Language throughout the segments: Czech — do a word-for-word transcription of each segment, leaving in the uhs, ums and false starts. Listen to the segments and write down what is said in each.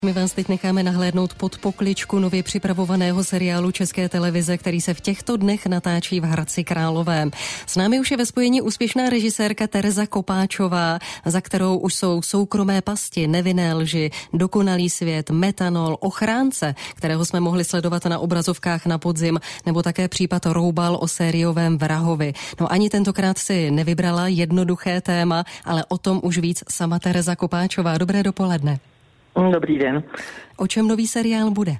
My vás teď necháme nahlédnout pod pokličku nově připravovaného seriálu České televize, který se v těchto dnech natáčí v Hradci Králové. S námi už je ve spojení úspěšná režisérka Tereza Kopáčová, za kterou už jsou Soukromé pasti, Nevinné lži, Dokonalý svět, Metanol, Ochránce, kterého jsme mohli sledovat na obrazovkách na podzim, nebo také případ Roubal o sériovém vrahovi. No ani tentokrát si nevybrala jednoduché téma, ale o tom už víc sama Tereza Kopáčová. Dobré dopoledne. Dobrý den. O čem nový seriál bude?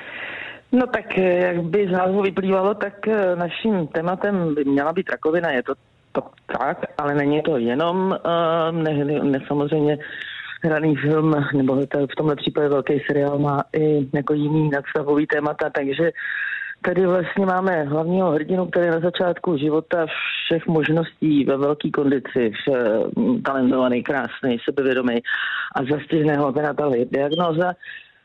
No tak, jak by z názvu vyplývalo, tak naším tématem by měla být rakovina. Je to, to tak, ale není to jenom ne, ne, samozřejmě hraný film, nebo to v tomhle případě velký seriál má i jako jiný nadstavový témata, takže tady vlastně máme hlavního hrdinu, který na začátku života všech možností ve velké kondici, talentovaný, krásný, sebevědomý a zastihne ho teda ta diagnóza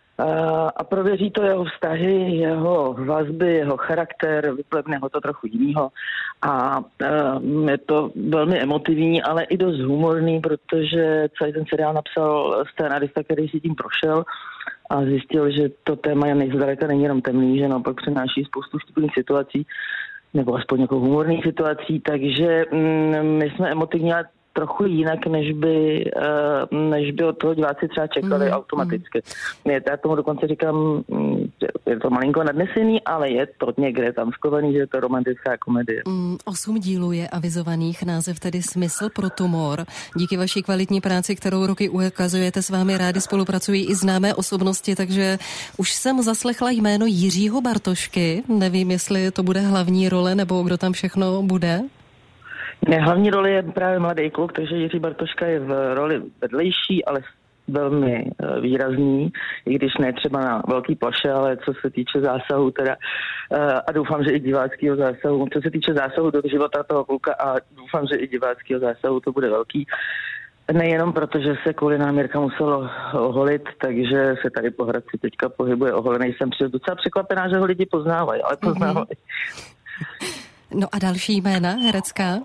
a prověří to jeho vztahy, jeho vazby, jeho charakter, vyplevne ho to trochu jinýho a je to velmi emotivní, ale i dost humorný, protože celý ten seriál napsal scénárista, který si tím prošel a zjistil, že to téma je nejzdaleka není jenom temný, že naopak přináší spoustu vtipných situací, nebo aspoň jako humorných situací, takže mm, my jsme emotivní, ale trochu jinak, než by, uh, než by od toho diváci třeba čekali mm, automaticky. Mm. Já tomu dokonce říkám, je to malinko nadnesený, ale je to někde tam skovaný, že je to romantická komedie. Mm, osm dílů je avizovaných, název tedy Smysl pro tumor. Díky vaší kvalitní práci, kterou roky ukazujete, s vámi rádi spolupracují i známé osobnosti, takže už jsem zaslechla jméno Jiřího Bartošky. Nevím, jestli to bude hlavní role, nebo kdo tam všechno bude. Ne, hlavní roli je právě mladý kluk, takže Jiří Bartoška je v roli vedlejší, ale velmi uh, výrazný, i když ne třeba na velký ploše, ale co se týče zásahu teda, uh, a doufám, že i diváckého zásahu, co se týče zásahu do života toho kluka a doufám, že i diváckého zásahu to bude velký. Nejenom proto, že se kvůli nám Jirka muselo oholit, takže se tady po Hradci teďka pohybuje oholený. Jsem přes docela překvapená, že ho lidi poznávají, ale poznávají. Mm-hmm. No a další jména herecká?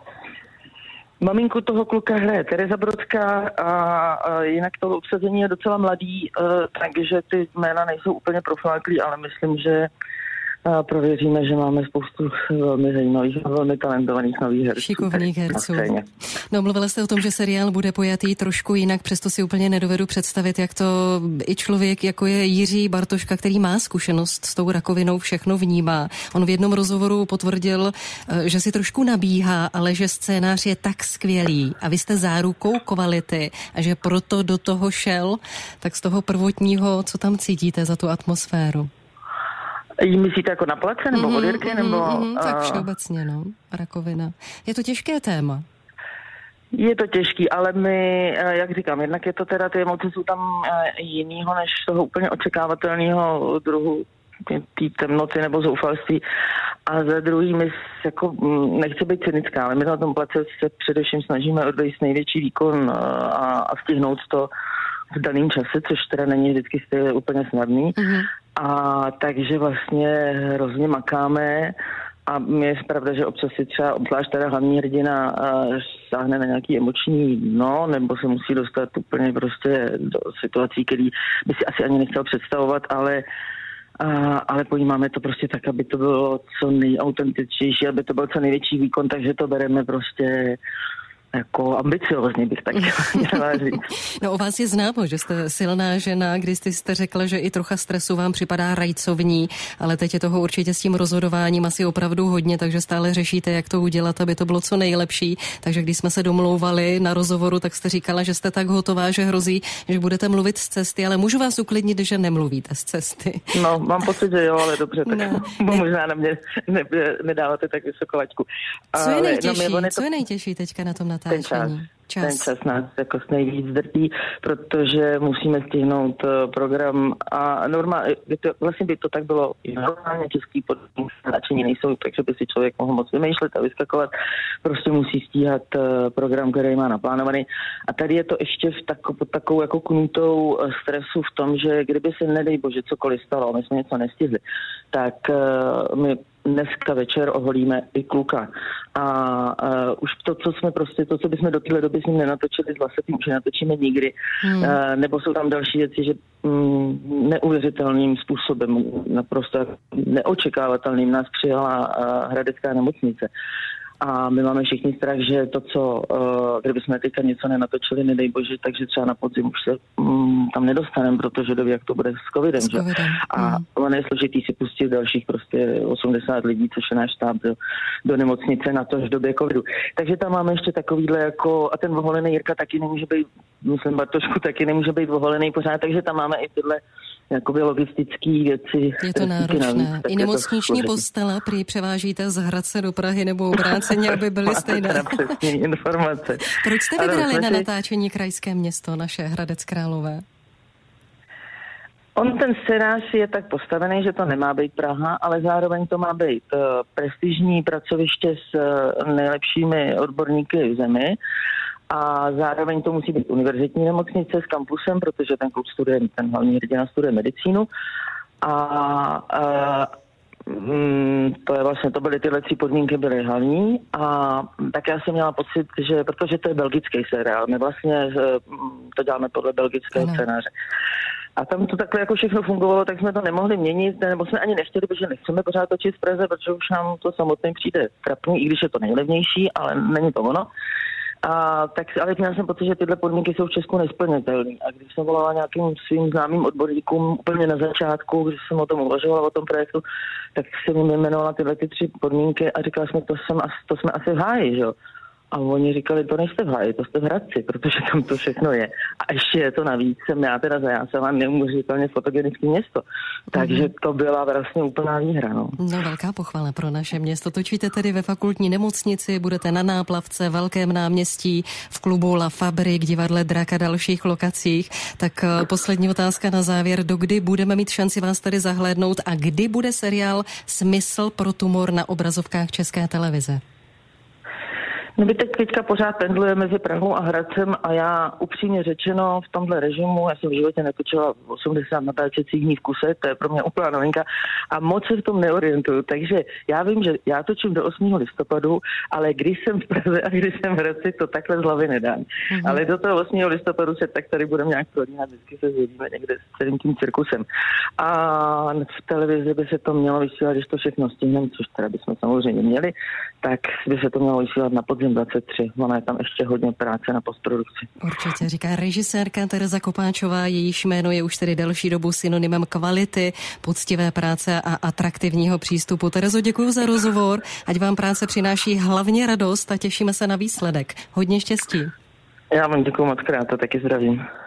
Maminku toho kluka hraje Tereza Brodská a, a jinak to obsazení je docela mladý, uh, takže ty jména nejsou úplně profláklý, ale myslím, že a prověříme, že máme spoustu velmi zajímavých a velmi talentovaných nových herců. Šikovných herců. No, mluvila jste o tom, že seriál bude pojatý trošku jinak, přesto si úplně nedovedu představit, jak to i člověk, jako je Jiří Bartoška, který má zkušenost s tou rakovinou, všechno vnímá. On v jednom rozhovoru potvrdil, že si trošku nabíhá, ale že scénář je tak skvělý a vy jste zárukou kvality a že proto do toho šel, tak z toho prvotního, co tam cítíte za tu atmosféru? Myslíte jako na place, nebo mm-hmm, od Jirky, mm-hmm, nebo... Mm-hmm, tak všeobecně, no, rakovina. Je to těžké téma? Je to těžký, ale my, jak říkám, jednak je to teda, ty emoce jsou tam jinýho, než toho úplně očekávatelného druhu té temnoty nebo zoufalství. A za druhý, my jako, nechci být cynická, ale my na tom place se především snažíme odvést největší výkon a, a stihnout to v daném čase, což teda není vždycky úplně snadný. Mm-hmm. A takže vlastně hrozně makáme a mě je pravda, že občas si třeba obzvlášť teda hlavní hrdina sáhne na nějaký emoční dno, nebo se musí dostat úplně prostě do situací, který by si asi ani nechtěl představovat, ale A, ale pojímáme to prostě tak, aby to bylo co nejautentičtější, aby to byl co největší výkon, takže to bereme prostě jako ambiciozně, bych tak chtěla říct. No, o vás je známo, že jste silná žena, když jste řekla, že i trocha stresu vám připadá rajcovní, ale teď je toho určitě s tím rozhodováním asi opravdu hodně, takže stále řešíte, jak to udělat, aby to bylo co nejlepší. Takže když jsme se domlouvali na rozhovoru, tak jste říkala, že jste tak hotová, že hrozí, že budete mluvit z cesty, ale můžu vás uklidnit, že nemluvíte z cesty. No, mám pocit, že jo, ale dobře, tak no, možná na mě ne, nedáváte tak vysokou laťku. Co je nejtěžší, no, to... co je nejtěžší teďka na tom natáčení? Ten čas. Čas. Ten čas nás jako nejvíc drtí, protože musíme stihnout uh, program a normálně, vlastně by to tak bylo i normálně, český podmínky natáčení nejsou, takže by si člověk mohl moc vymýšlet a vyskakovat, prostě musí stíhat uh, program, který má naplánovaný. A tady je to ještě v tako, pod takovou jako knutou uh, stresu v tom, že kdyby se nedej bože cokoliv stalo, my jsme něco nestihli, tak uh, my dneska večer oholíme i kluka. A uh, už to, co jsme prostě, to, co bychom do téhle doby s ním nenatočili, zase tím už nenatočíme nikdy. Hmm. Uh, nebo jsou tam další věci, že um, neuvěřitelným způsobem, naprosto neočekávatelným nás přijala uh, hradecká nemocnice. A my máme všichni strach, že to, co, uh, kdybychom teďka něco nenatočili, nedej bože, takže třeba na podzim už se um, tam nedostaneme, protože doví, jak to bude s covidem. S covidem. A mm. ono je složitý si pustit dalších prostě osmdesát lidí, což je náš štáb, do, do nemocnice na to v době covidu. Takže tam máme ještě takovýhle jako, a ten voholený Jirka taky nemůže být, myslím Bartošku taky nemůže být voholený pořád, takže tam máme i tyhle jakoby logistický věci. Je to náročné. I nemocniční postele prý převážíte z Hradce do Prahy nebo obráceně, aby byly stejné. Informace. Proč jste vybrali na natáčení krajské město, naše Hradec Králové? On ten scénář je tak postavený, že to nemá být Praha, ale zároveň to má být uh, prestižní pracoviště s uh, nejlepšími odborníky v zemi. A zároveň to musí být univerzitní nemocnice s kampusem, protože ten kluk studuje, ten hlavní hrdina studuje medicínu. A, a mm, to je vlastně, to byly tyhle tři podmínky byly hlavní. A tak já jsem měla pocit, že, protože to je belgický seriál, my vlastně to děláme podle belgického ano. scénáře. A tam to takhle jako všechno fungovalo, tak jsme to nemohli měnit, nebo jsme ani nechtěli, protože nechceme pořád točit v Praze, protože už nám to samotné přijde trapný, i když je to nejlevnější, ale není to ono. A tak, ale měl jsem pocit, že tyhle podmínky jsou v Česku nesplnitelné. A když jsem volala nějakým svým známým odborníkům úplně na začátku, když jsem o tom uvažovala, o tom projektu, tak jsem jim jmenovala tyhle ty tři podmínky a říkala jsme, to, jsem, to jsme asi v háji, že jo. A oni říkali, to nejste v háji, to jste v Hradci, protože tam to všechno je. A ještě je to navíc, jsem já teda za já jsem vám neuvěřitelně fotogenické město. Takže to byla vlastně úplná výhra. No. no velká pochvala pro naše město. Točíte tedy ve fakultní nemocnici, budete na Náplavce, Velkém náměstí, v klubu La Fabrik, divadle Drak a dalších lokacích. Tak poslední otázka na závěr. Dokdy budeme mít šanci vás tady zahlédnout a kdy bude seriál Smysl pro tumor na obrazovkách České televize? No my teď teďka pořád pendluje mezi Prahou a Hradcem a já upřímně řečeno v tomhle režimu, já jsem v životě netočila osmdesát natáčecích dní v kuse, to je pro mě úplná novinka a moc se v tom neorientuju, takže já vím, že já točím do osmého listopadu, ale když jsem v Praze a když jsem v Hradci, to takhle z hlavy nedám. Mm-hmm. Ale do toho osmého listopadu se tak tady budeme nějak prolínat, vždycky se zjedíme někde s celým tím cirkusem. A v televizi by se to mělo vysílat, když to všechno stihneme, což teda bychom samozřejmě měli, tak by se to mělo vysílat na podzim dvacet tři. Ona je tam ještě hodně práce na postprodukci. Určitě, říká režisérka Tereza Kopáčová, jejíž jméno je už tedy delší dobu synonymem kvality, poctivé práce a atraktivního přístupu. Terezo, děkuji za rozhovor, ať vám práce přináší hlavně radost a těšíme se na výsledek. Hodně štěstí. Já vám děkuji moc krát a taky zdravím.